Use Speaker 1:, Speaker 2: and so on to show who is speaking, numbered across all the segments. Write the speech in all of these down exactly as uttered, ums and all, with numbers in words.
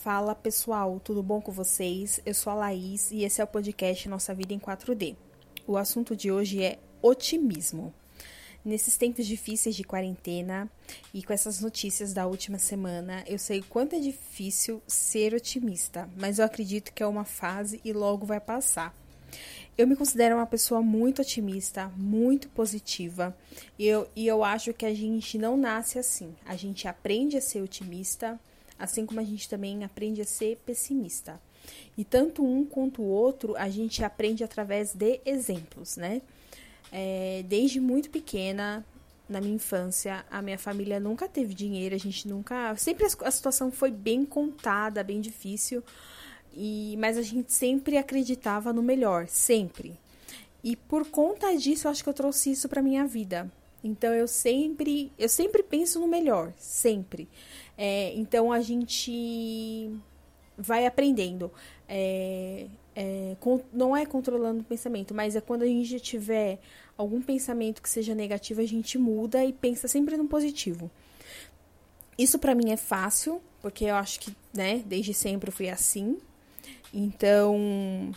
Speaker 1: Fala pessoal, tudo bom com vocês? Eu sou a Laís e esse é o podcast Nossa Vida em quatro D. O assunto de hoje é otimismo. Nesses tempos difíceis de quarentena e com essas notícias da última semana, eu sei o quanto é difícil ser otimista, mas eu acredito que é uma fase e logo vai passar. Eu me considero uma pessoa muito otimista, muito positiva, e eu, e eu acho que a gente não nasce assim. A gente aprende a ser otimista, assim como a gente também aprende a ser pessimista. E tanto um quanto o outro, a gente aprende através de exemplos, né? É, desde muito pequena, na minha infância, a minha família nunca teve dinheiro, a gente nunca... Sempre a, a situação foi bem contada, bem difícil, e, mas a gente sempre acreditava no melhor, sempre. E por conta disso, eu acho que eu trouxe isso pra minha vida. Então, eu sempre, eu sempre penso no melhor, sempre. É, então, a gente vai aprendendo. É, é, com, não é controlando o pensamento, mas é quando a gente tiver algum pensamento que seja negativo, a gente muda e pensa sempre no positivo. Isso pra mim é fácil, porque eu acho que, né, desde sempre eu fui assim. Então,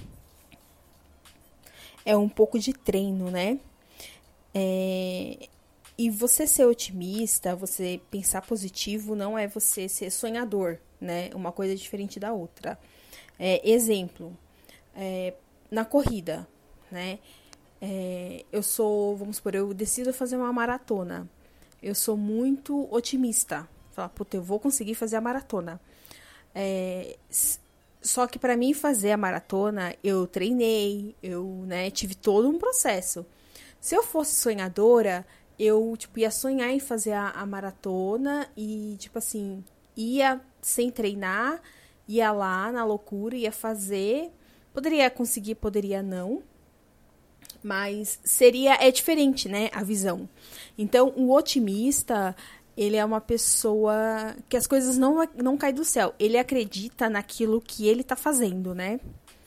Speaker 1: é um pouco de treino, né? É... E você ser otimista, você pensar positivo, não é você ser sonhador, né? Uma coisa é diferente da outra. É, exemplo, é, na corrida, né? É, eu sou, vamos supor, eu decido fazer uma maratona. Eu sou muito otimista. Falar, puta, eu vou conseguir fazer a maratona. É, só que para mim fazer a maratona, eu treinei, eu, né, tive todo um processo. Se eu fosse sonhadora, eu, tipo, ia sonhar em fazer a, a maratona e, tipo assim, ia sem treinar, ia lá na loucura, ia fazer. Poderia conseguir, poderia não. Mas seria, é diferente, né, a visão. Então, o otimista, ele é uma pessoa que as coisas não, não caem do céu. Ele acredita naquilo que ele tá fazendo, né?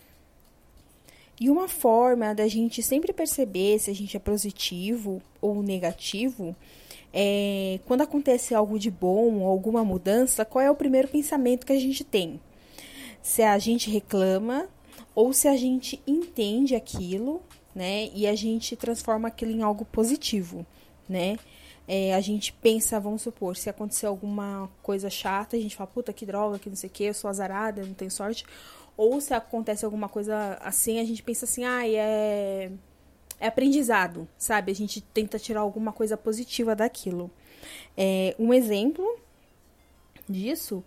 Speaker 1: E uma forma da gente sempre perceber se a gente é positivo ou negativo é quando acontece algo de bom ou alguma mudança, qual é o primeiro pensamento que a gente tem? Se a gente reclama ou se a gente entende aquilo, né? E a gente transforma aquilo em algo positivo, né? É, a gente pensa, vamos supor, se acontecer alguma coisa chata, a gente fala, puta, que droga, que não sei o que, eu sou azarada, não tenho sorte. Ou se acontece alguma coisa assim, a gente pensa assim, ah, é, é aprendizado, sabe? A gente tenta tirar alguma coisa positiva daquilo. É, um exemplo disso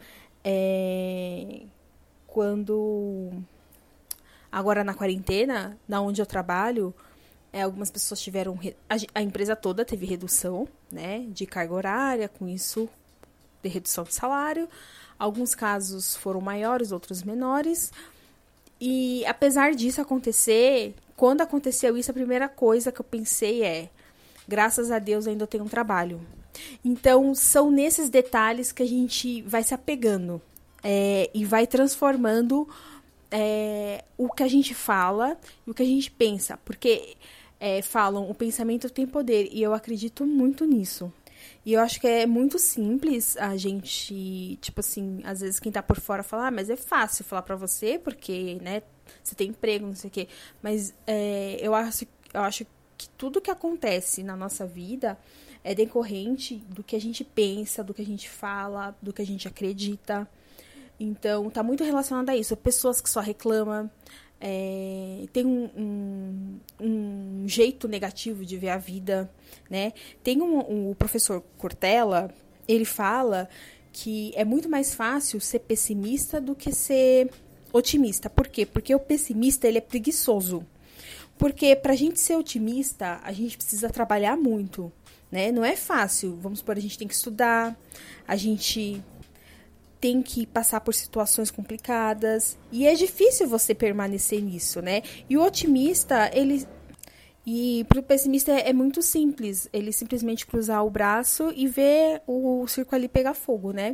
Speaker 1: é quando, agora na quarentena, na onde eu trabalho, é, algumas pessoas tiveram, a, a empresa toda teve redução, né, de carga horária, com isso, de redução de salário. Alguns casos foram maiores, outros menores. E apesar disso acontecer, quando aconteceu isso, a primeira coisa que eu pensei é, graças a Deus ainda tenho um trabalho. Então, são nesses detalhes que a gente vai se apegando é, e vai transformando é, o que a gente fala e o que a gente pensa. Porque é, falam, o pensamento tem poder, e eu acredito muito nisso. E eu acho que é muito simples a gente, tipo assim, às vezes quem tá por fora fala, ah, mas é fácil falar pra você, porque, né, você tem emprego, não sei o quê. Mas é, eu, acho, eu acho que tudo que acontece na nossa vida é decorrente do que a gente pensa, do que a gente fala, do que a gente acredita. Então, tá muito relacionado a isso. Pessoas que só reclamam, é, tem um, um, um jeito negativo de ver a vida, né? Tem um, um, o professor Cortella, ele fala que é muito mais fácil ser pessimista do que ser otimista. Por quê? Porque o pessimista, ele é preguiçoso. Porque pra gente ser otimista, a gente precisa trabalhar muito, né? Não é fácil. Vamos supor, a gente tem que estudar, a gente tem que passar por situações complicadas. E é difícil você permanecer nisso, né? E o otimista, ele... E pro pessimista é, é muito simples. Ele simplesmente cruzar o braço e ver o, o circo ali pegar fogo, né?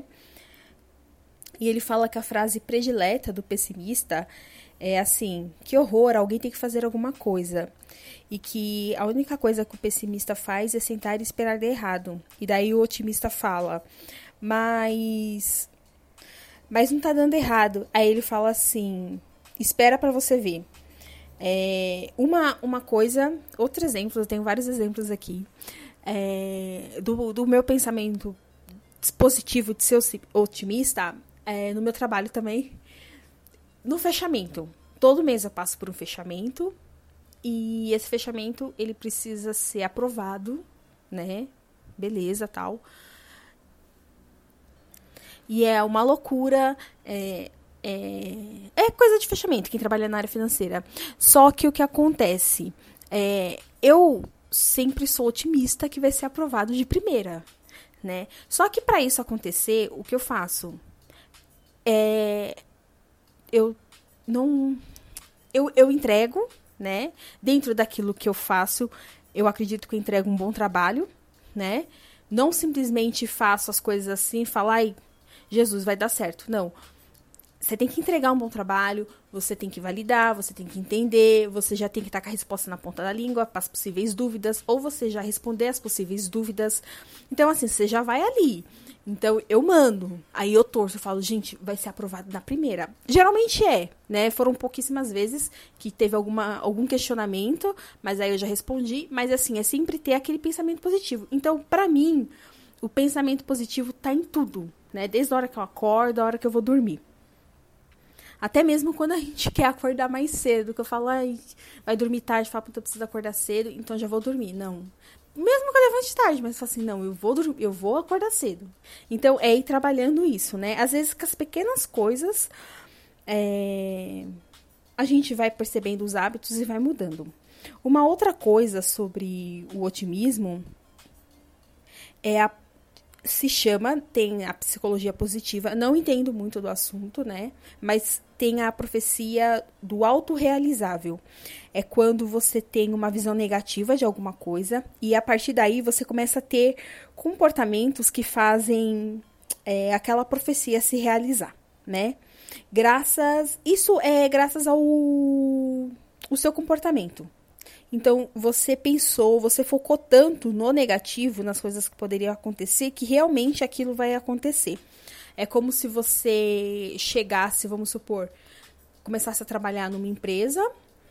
Speaker 1: E ele fala que a frase predileta do pessimista é assim, que horror, alguém tem que fazer alguma coisa. E que a única coisa que o pessimista faz é sentar e esperar dar errado. E daí o otimista fala, mas... mas não tá dando errado. Aí ele fala assim, espera pra você ver. É, uma, uma coisa, outro exemplo, eu tenho vários exemplos aqui, é, do, do meu pensamento positivo de ser otimista, é, no meu trabalho também, no fechamento. Todo mês eu passo por um fechamento, e esse fechamento, ele precisa ser aprovado, né? Beleza, tal. E é uma loucura, é, é, é coisa de fechamento, quem trabalha na área financeira. Só que o que acontece, é, eu sempre sou otimista que vai ser aprovado de primeira, né? Só que para isso acontecer, o que eu faço? É, eu não... Eu, eu entrego, né? Dentro daquilo que eu faço, eu acredito que eu entrego um bom trabalho, né? Não simplesmente faço as coisas assim e falo, ai, Jesus, vai dar certo. Não. Você tem que entregar um bom trabalho, você tem que validar, você tem que entender, você já tem que estar com a resposta na ponta da língua para as possíveis dúvidas, ou você já responder as possíveis dúvidas. Então, assim, você já vai ali. Então, eu mando. Aí eu torço, eu falo, gente, vai ser aprovado na primeira. Geralmente é, né? Foram pouquíssimas vezes que teve alguma, algum questionamento, mas aí eu já respondi. Mas, assim, é sempre ter aquele pensamento positivo. Então, pra mim, o pensamento positivo tá em tudo, né? Desde a hora que eu acordo, a hora que eu vou dormir. Até mesmo quando a gente quer acordar mais cedo, que eu falo, ai, vai dormir tarde, fala, puta, eu preciso acordar cedo, então já vou dormir. Não. Mesmo que eu levante tarde, mas eu falo assim, não, eu vou, dormir, eu vou acordar cedo. Então, é ir trabalhando isso, né? Às vezes, com as pequenas coisas, é, a gente vai percebendo os hábitos e vai mudando. Uma outra coisa sobre o otimismo é a se chama, tem a psicologia positiva, não entendo muito do assunto, né? Mas tem a profecia do autorrealizável. É quando você tem uma visão negativa de alguma coisa e a partir daí você começa a ter comportamentos que fazem é, aquela profecia se realizar, né? Graças, isso é graças ao o seu comportamento. Então, você pensou, você focou tanto no negativo, nas coisas que poderiam acontecer, que realmente aquilo vai acontecer. É como se você chegasse, vamos supor, começasse a trabalhar numa empresa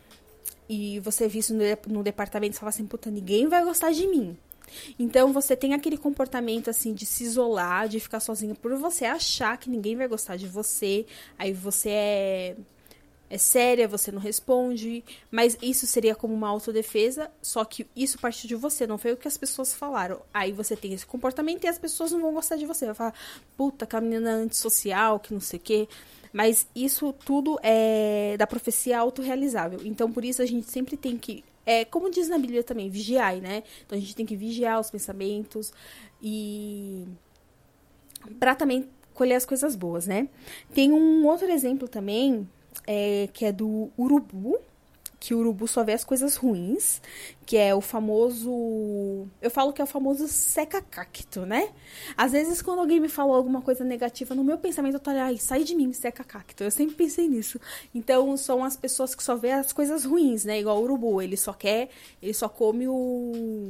Speaker 1: e você visse no, no departamento e falasse assim, puta, ninguém vai gostar de mim. Então, você tem aquele comportamento, assim, de se isolar, de ficar sozinho por você achar que ninguém vai gostar de você, aí você é... é séria, você não responde, mas isso seria como uma autodefesa, só que isso partiu de você, não foi o que as pessoas falaram. Aí você tem esse comportamento e as pessoas não vão gostar de você, vai falar, puta, que a menina antissocial, que não sei o quê, mas isso tudo é da profecia autorrealizável, então por isso a gente sempre tem que, é como diz na Bíblia também, vigiar, né? Então a gente tem que vigiar os pensamentos e pra também colher as coisas boas, né? Tem um outro exemplo também, É, que é do urubu, que o urubu só vê as coisas ruins, que é o famoso... Eu falo que é o famoso seca-cacto, né? Às vezes, quando alguém me falou alguma coisa negativa, no meu pensamento eu tô ali, ai, sai de mim, seca-cacto. Eu sempre pensei nisso. Então, são as pessoas que só vê as coisas ruins, né? Igual o urubu, ele só quer... Ele só come o...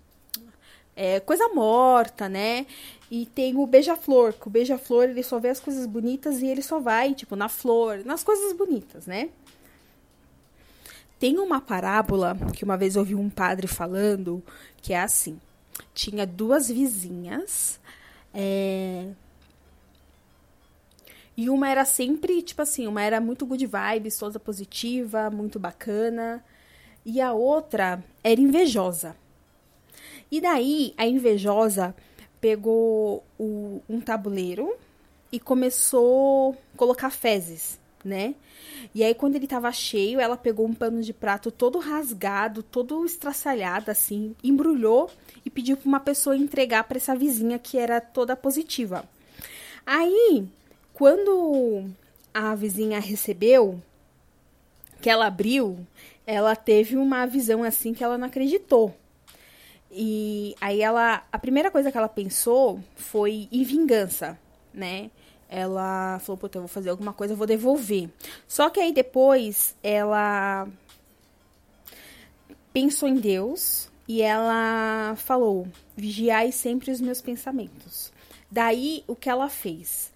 Speaker 1: É, coisa morta, né? E tem o beija-flor, que o beija-flor, ele só vê as coisas bonitas e ele só vai, tipo, na flor, nas coisas bonitas, né? Tem uma parábola que uma vez eu ouvi um padre falando, que é assim, tinha duas vizinhas, é... e uma era sempre, tipo assim, uma era muito good vibes, toda positiva, muito bacana, e a outra era invejosa. E daí, a invejosa pegou o, um tabuleiro e começou a colocar fezes, né? E aí, quando ele tava cheio, ela pegou um pano de prato todo rasgado, todo estraçalhado, assim, embrulhou e pediu para uma pessoa entregar para essa vizinha que era toda positiva. Aí, quando a vizinha recebeu, que ela abriu, ela teve uma visão assim que ela não acreditou. E aí ela, a primeira coisa que ela pensou foi em vingança, né? Ela falou, puta, eu vou fazer alguma coisa, eu vou devolver. Só que aí depois ela pensou em Deus e ela falou, vigiai sempre os meus pensamentos. Daí, o que ela fez?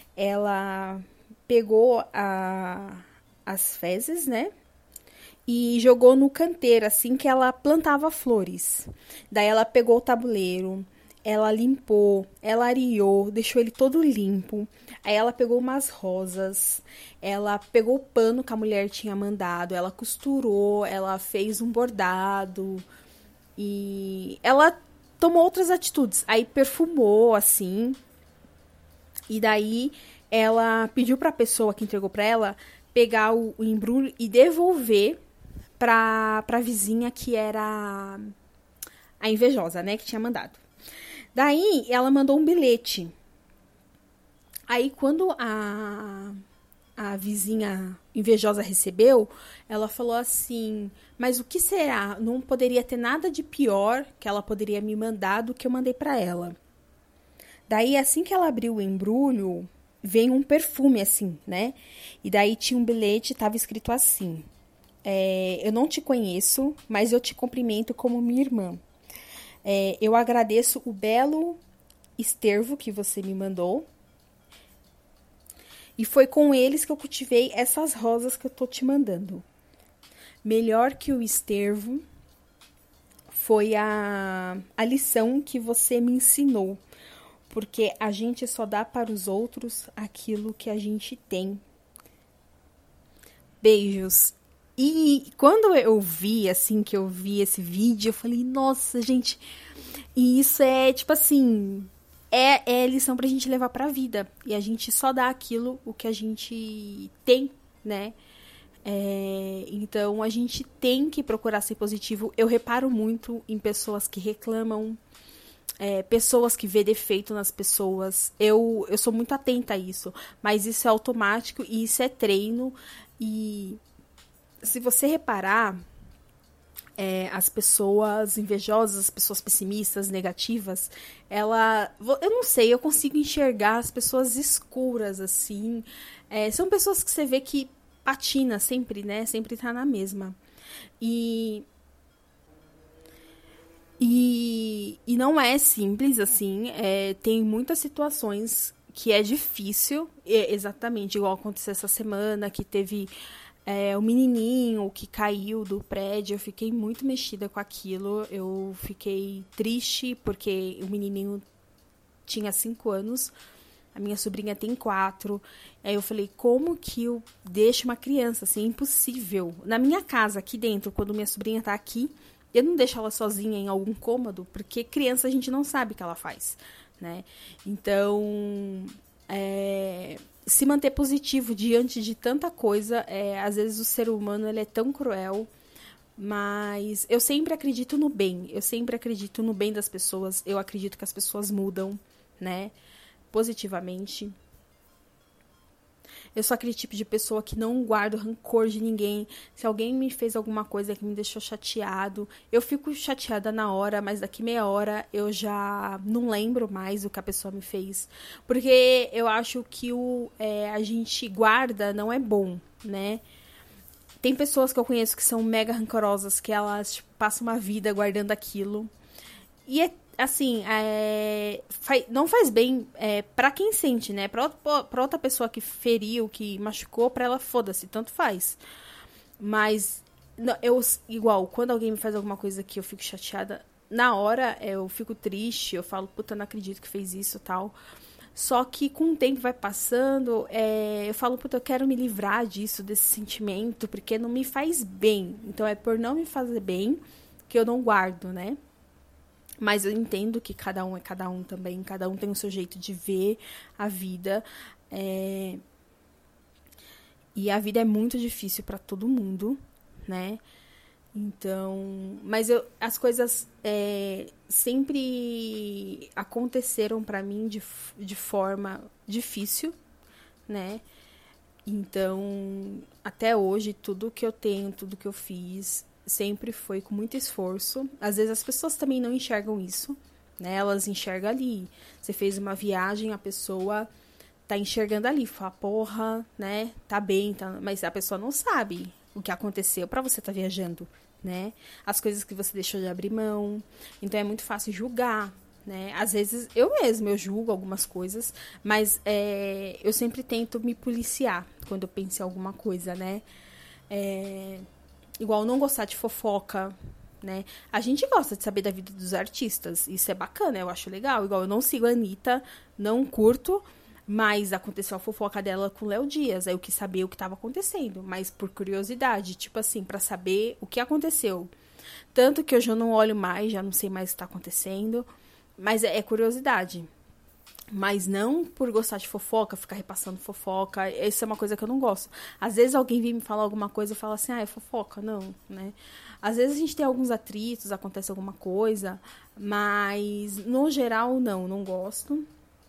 Speaker 1: ela pegou a, as fezes, né? E jogou no canteiro, assim que ela plantava flores. Daí ela pegou o tabuleiro, ela limpou, ela areou, deixou ele todo limpo. Aí ela pegou umas rosas, ela pegou o pano que a mulher tinha mandado, ela costurou, ela fez um bordado e ela tomou outras atitudes. Aí perfumou, assim, e daí ela pediu pra pessoa que entregou pra ela pegar o, o embrulho e devolver pra, pra vizinha que era a invejosa, né, que tinha mandado. Daí ela mandou um bilhete. Aí quando a, a vizinha invejosa recebeu, ela falou assim, mas o que será? Não poderia ter nada de pior que ela poderia me mandar do que eu mandei pra ela. Daí assim que ela abriu o embrulho, veio um perfume assim, né? E daí tinha um bilhete, tava escrito assim, é, eu não te conheço, mas eu te cumprimento como minha irmã. É, eu agradeço o belo estervo que você me mandou. E foi com eles que eu cultivei essas rosas que eu tô te mandando. Melhor que o estervo foi a, a lição que você me ensinou. Porque a gente só dá para os outros aquilo que a gente tem. Beijos. E quando eu vi, assim, que eu vi esse vídeo, eu falei, nossa, gente, e isso é, tipo assim, é, é lição pra gente levar pra vida. E a gente só dá aquilo o que a gente tem, né? É, então, a gente tem que procurar ser positivo. Eu reparo muito em pessoas que reclamam, é, pessoas que vê defeito nas pessoas. Eu, eu sou muito atenta a isso, mas isso é automático e isso é treino. E se você reparar, é, as pessoas invejosas, as pessoas pessimistas, negativas, ela, eu não sei, eu consigo enxergar as pessoas escuras, assim, é, são pessoas que você vê que patina sempre, né, sempre tá na mesma, e, e, e não é simples, assim, é, tem muitas situações que é difícil, é, exatamente igual aconteceu essa semana, que teve É, o menininho que caiu do prédio, eu fiquei muito mexida com aquilo. Eu fiquei triste porque o menininho tinha cinco anos, a minha sobrinha tem quatro. Aí eu falei, como que eu deixo uma criança assim? É impossível. Na minha casa, aqui dentro, quando minha sobrinha tá aqui, eu não deixo ela sozinha em algum cômodo, porque criança a gente não sabe o que ela faz, né? Então, é... se manter positivo diante de tanta coisa, é, às vezes o ser humano ele é tão cruel, mas eu sempre acredito no bem, eu sempre acredito no bem das pessoas, eu acredito que as pessoas mudam, né, positivamente. Eu sou aquele tipo de pessoa que não guardo rancor de ninguém. Se alguém me fez alguma coisa que me deixou chateado, eu fico chateada na hora, mas daqui meia hora eu já não lembro mais o que a pessoa me fez. Porque eu acho que o é, a gente guarda não é bom, né? Tem pessoas que eu conheço que são mega rancorosas, que elas tipo, passam uma vida guardando aquilo. E é assim, é, faz, não faz bem é, pra quem sente, né? Pra, pra outra pessoa que feriu, que machucou, pra ela foda-se, tanto faz. Mas, não, eu, igual, quando alguém me faz alguma coisa que eu fico chateada, na hora eu fico triste, eu falo, puta, não acredito que fez isso e tal. Só que com o tempo vai passando, é, eu falo, puta, eu quero me livrar disso, desse sentimento, porque não me faz bem. Então é por não me fazer bem que eu não guardo, né? Mas eu entendo que cada um é cada um também, cada um tem o seu jeito de ver a vida. É... E a vida é muito difícil para todo mundo, né? Então, mas eu, as coisas é, sempre aconteceram para mim de, de forma difícil, né? Então, até hoje, tudo que eu tenho, tudo que eu fiz, sempre foi com muito esforço. Às vezes as pessoas também não enxergam isso, né? Elas enxergam ali. Você fez uma viagem, a pessoa tá enxergando ali, fala, porra, né? Tá bem, tá... mas a pessoa não sabe o que aconteceu pra você estar tá viajando, né? As coisas que você deixou de abrir mão. Então é muito fácil julgar, né? Às vezes eu mesma, eu julgo algumas coisas, mas é, eu sempre tento me policiar quando eu penso em alguma coisa, né? É, igual não gostar de fofoca, né? A gente gosta de saber da vida dos artistas, isso é bacana, eu acho legal. Igual eu não sigo a Anitta, não curto, mas aconteceu a fofoca dela com o Léo Dias, aí eu quis saber o que estava acontecendo, mas por curiosidade, tipo assim, pra saber o que aconteceu. Tanto que hoje eu não olho mais, já não sei mais o que está acontecendo, mas é, é curiosidade. Mas não por gostar de fofoca, ficar repassando fofoca. Isso é uma coisa que eu não gosto. Às vezes alguém vem me falar alguma coisa e fala assim, ah, é fofoca. Não, né? Às vezes a gente tem alguns atritos, acontece alguma coisa, mas no geral não, não gosto.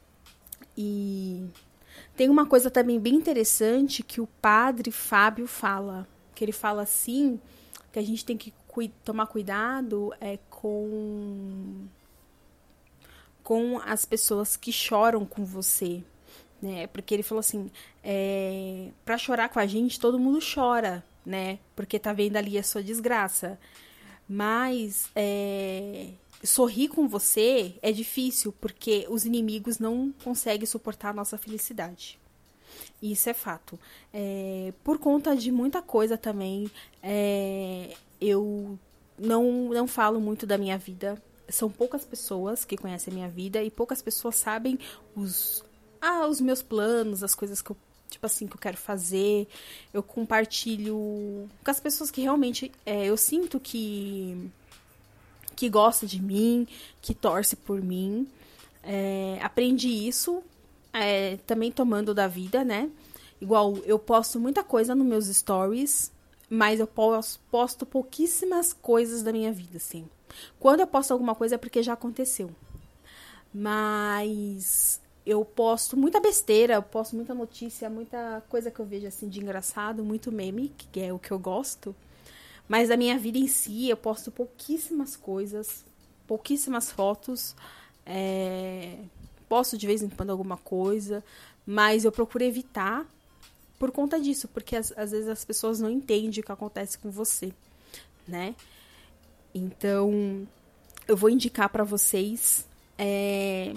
Speaker 1: E tem uma coisa também bem interessante que o padre Fábio fala. Que ele fala assim, que a gente tem que cu- tomar cuidado é, com... com as pessoas que choram com você, né? Porque ele falou assim, é, pra chorar com a gente, todo mundo chora, né? Porque tá vendo ali a sua desgraça. Mas é, sorrir com você é difícil, porque os inimigos não conseguem suportar a nossa felicidade. Isso é fato. É, por conta de muita coisa também, é, eu não, não falo muito da minha vida. São poucas pessoas que conhecem a minha vida e poucas pessoas sabem os, ah, os meus planos, as coisas que eu, tipo assim, que eu quero fazer. Eu compartilho com as pessoas que realmente é, eu sinto que, que gosta de mim, que torce por mim. É, aprendi isso é, também tomando da vida, né? Igual, eu posto muita coisa nos meus stories, mas eu posto pouquíssimas coisas da minha vida, assim. Quando eu posto alguma coisa é porque já aconteceu. Mas eu posto muita besteira, eu posto muita notícia, muita coisa que eu vejo assim de engraçado, muito meme, que é o que eu gosto. Mas da minha vida em si, eu posto pouquíssimas coisas, pouquíssimas fotos. É... Posto de vez em quando alguma coisa, mas eu procuro evitar por conta disso, porque às, às vezes as pessoas não entendem o que acontece com você, né? Então, eu vou indicar para vocês é,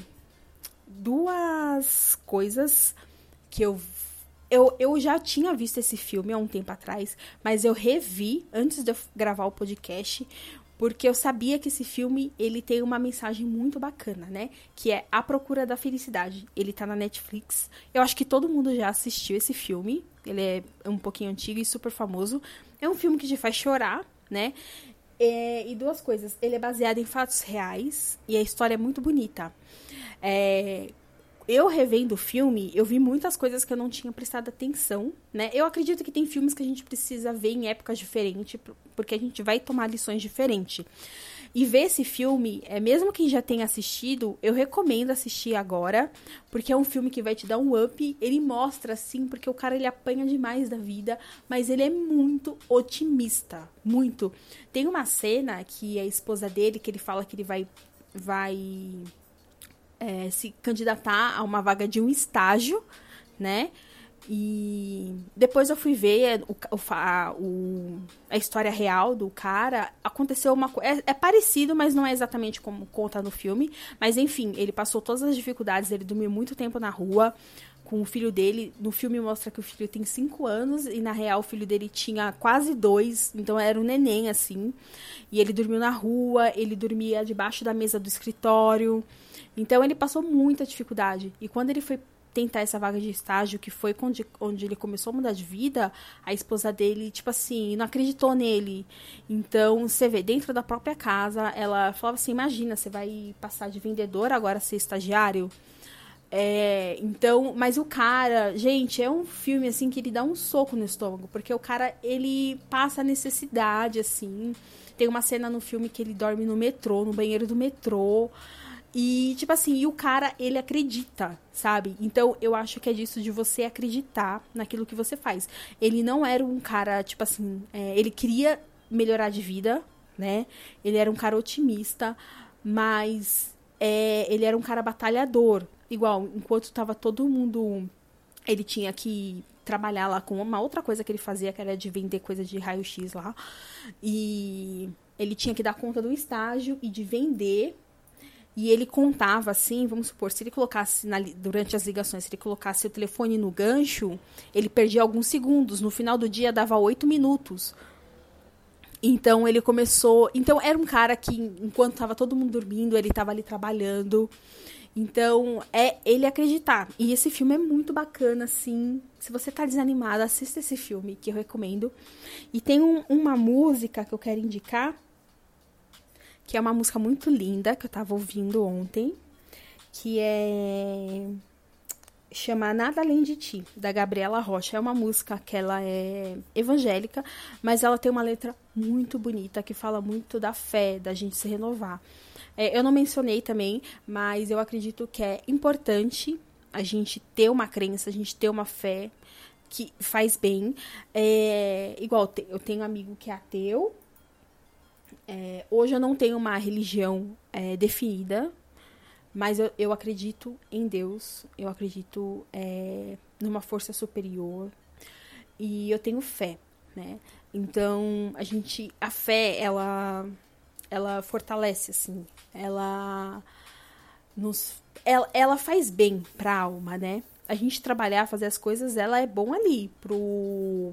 Speaker 1: duas coisas que eu, eu... Eu já tinha visto esse filme há um tempo atrás, mas eu revi antes de eu gravar o podcast, porque eu sabia que esse filme, ele tem uma mensagem muito bacana, né? Que é A Procura da Felicidade. Ele tá na Netflix. Eu acho que todo mundo já assistiu esse filme. Ele é um pouquinho antigo e super famoso. É um filme que te faz chorar, né? É, e duas coisas. Ele é baseado em fatos reais e a história é muito bonita. É... Eu revendo o filme, eu vi muitas coisas que eu não tinha prestado atenção, né? Eu acredito que tem filmes que a gente precisa ver em épocas diferentes, porque a gente vai tomar lições diferentes. E ver esse filme, é, mesmo quem já tenha assistido, eu recomendo assistir agora, porque é um filme que vai te dar um up. Ele mostra, assim, porque o cara, ele apanha demais da vida, mas ele é muito otimista, muito. Tem uma cena que a esposa dele, que ele fala que ele vai... vai É, se candidatar a uma vaga de um estágio, né? E depois eu fui ver o, o, a, o, a história real do cara. Aconteceu uma coisa. É, é parecido, mas não é exatamente como conta no filme. Mas enfim, ele passou todas as dificuldades. Ele dormiu muito tempo na rua com o filho dele. No filme mostra que o filho tem cinco anos e na real o filho dele tinha quase dois. Então era um neném, assim. E ele dormiu na rua, ele dormia debaixo da mesa do escritório. Então, ele passou muita dificuldade. E quando ele foi tentar essa vaga de estágio, que foi onde, onde ele começou a mudar de vida, a esposa dele, tipo assim, não acreditou nele. Então, você vê, dentro da própria casa, ela falava assim, imagina, você vai passar de vendedor agora a ser estagiário? É, então, mas o cara, gente, é um filme, assim, que ele dá um soco no estômago, porque o cara, ele passa necessidade, assim. Tem uma cena no filme que ele dorme no metrô, no banheiro do metrô. E, tipo assim, e o cara, ele acredita, sabe? Então, eu acho que é disso de você acreditar naquilo que você faz. Ele não era um cara, tipo assim, é, ele queria melhorar de vida, né? Ele era um cara otimista, mas é, ele era um cara batalhador. Igual, enquanto tava todo mundo... Ele tinha que trabalhar lá com uma outra coisa que ele fazia, que era de vender coisa de raio-x lá. E ele tinha que dar conta do estágio e de vender... E ele contava assim, vamos supor, se ele colocasse na, durante as ligações, se ele colocasse o telefone no gancho, ele perdia alguns segundos. No final do dia dava oito minutos. Então ele começou. Então era um cara que, enquanto estava todo mundo dormindo, ele estava ali trabalhando. Então, é ele acreditar. E esse filme é muito bacana, assim. Se você tá desanimado, assista esse filme, que eu recomendo. E tem um, uma música que eu quero indicar, que é uma música muito linda, que eu tava ouvindo ontem, que é... chama Nada Além de Ti, da Gabriela Rocha. É uma música que ela é evangélica, mas ela tem uma letra muito bonita, que fala muito da fé, da gente se renovar. É, eu não mencionei também, mas eu acredito que é importante a gente ter uma crença, a gente ter uma fé que faz bem. É, igual, eu tenho um amigo que é ateu. É, hoje eu não tenho uma religião é, definida, mas eu, eu acredito em Deus, eu acredito é, numa força superior e eu tenho fé, né? Então, a gente, a fé, ela... ela fortalece, assim, ela nos, ela, ela faz bem pra alma, né? A gente trabalhar, fazer as coisas, ela é bom ali pro,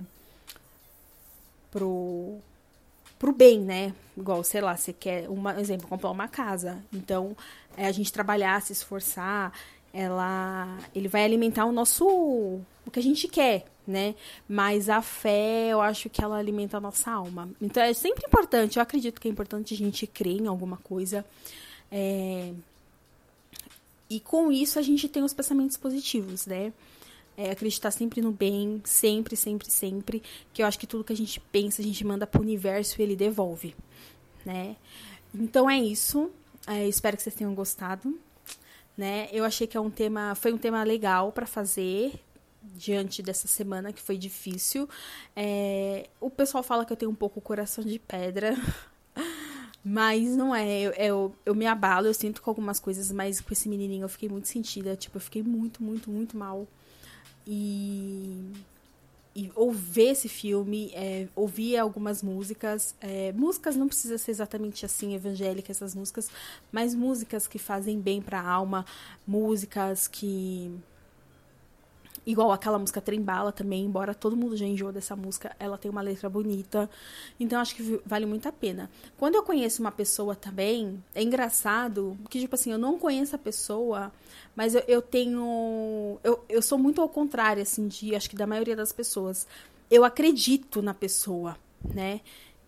Speaker 1: pro, pro bem, né? Igual, sei lá, você quer, um exemplo, comprar uma casa. Então, é, a gente trabalhar, se esforçar, ela, ele vai alimentar o nosso, o que a gente quer, né? Mas a fé, eu acho que ela alimenta a nossa alma. Então, é sempre importante, eu acredito que é importante a gente crer em alguma coisa. É... E com isso, a gente tem os pensamentos positivos, né? É, acreditar sempre no bem, sempre, sempre, sempre. Que eu acho que tudo que a gente pensa, a gente manda pro universo e ele devolve, né? Então, é isso. É, espero que vocês tenham gostado. Né? Eu achei que é um tema, foi um tema legal para fazer diante dessa semana que foi difícil. É, o pessoal fala que eu tenho um pouco o coração de pedra, mas não é. Eu, eu, eu me abalo, eu sinto com algumas coisas, mas com esse menininho eu fiquei muito sentida. Tipo, eu fiquei muito, muito, muito mal. E... E ouvir esse filme, é, ouvir algumas músicas. É, músicas não precisa ser exatamente assim, evangélicas, essas músicas, mas músicas que fazem bem pra alma, músicas que... Igual aquela música Trembala também, embora todo mundo já enjoou dessa música, ela tem uma letra bonita. Então, acho que vale muito a pena. Quando eu conheço uma pessoa também, é engraçado, que, tipo assim, eu não conheço a pessoa, mas eu, eu tenho... Eu, eu sou muito ao contrário, assim, de, acho que da maioria das pessoas. Eu acredito na pessoa, né?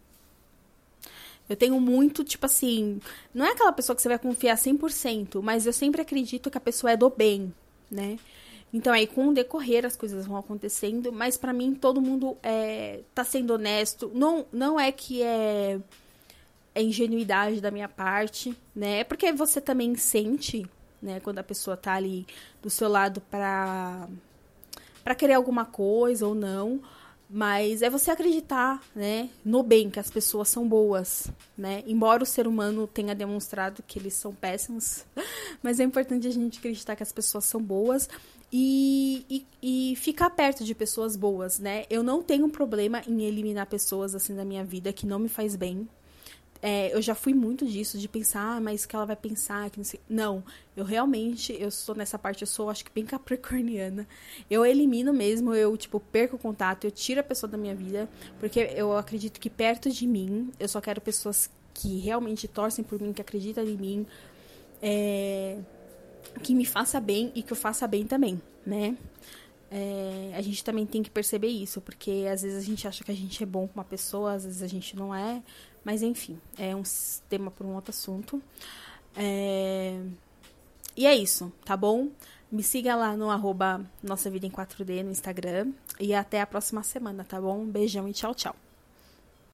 Speaker 1: Eu tenho muito, tipo assim... Não é aquela pessoa que você vai confiar cem por cento, mas eu sempre acredito que a pessoa é do bem, né? Então, aí, com o decorrer, as coisas vão acontecendo, mas pra mim, todo mundo é, tá sendo honesto. Não, não é que é, é ingenuidade da minha parte, né? É porque você também sente, né? Quando a pessoa tá ali do seu lado pra, pra querer alguma coisa ou não. Mas é você acreditar, né? No bem, que as pessoas são boas, né? Embora o ser humano tenha demonstrado que eles são péssimos. Mas é importante a gente acreditar que as pessoas são boas. E, e, e ficar perto de pessoas boas, né? Eu não tenho problema em eliminar pessoas, assim, da minha vida que não me faz bem. É, eu já fui muito disso, de pensar, ah, mas o que ela vai pensar? Que não sei. Não, eu realmente, eu sou nessa parte, eu sou, acho que bem capricorniana. Eu elimino mesmo, eu, tipo, perco o contato, eu tiro a pessoa da minha vida, porque eu acredito que perto de mim, eu só quero pessoas que realmente torcem por mim, que acreditam em mim, é... que me faça bem e que eu faça bem também, né? É, a gente também tem que perceber isso, porque às vezes a gente acha que a gente é bom com uma pessoa, às vezes a gente não é, mas enfim, é um tema por um outro assunto. É, e é isso, tá bom? Me siga lá no arroba Nossa Vida em quatro D no Instagram e até a próxima semana, tá bom? Um beijão e tchau, tchau.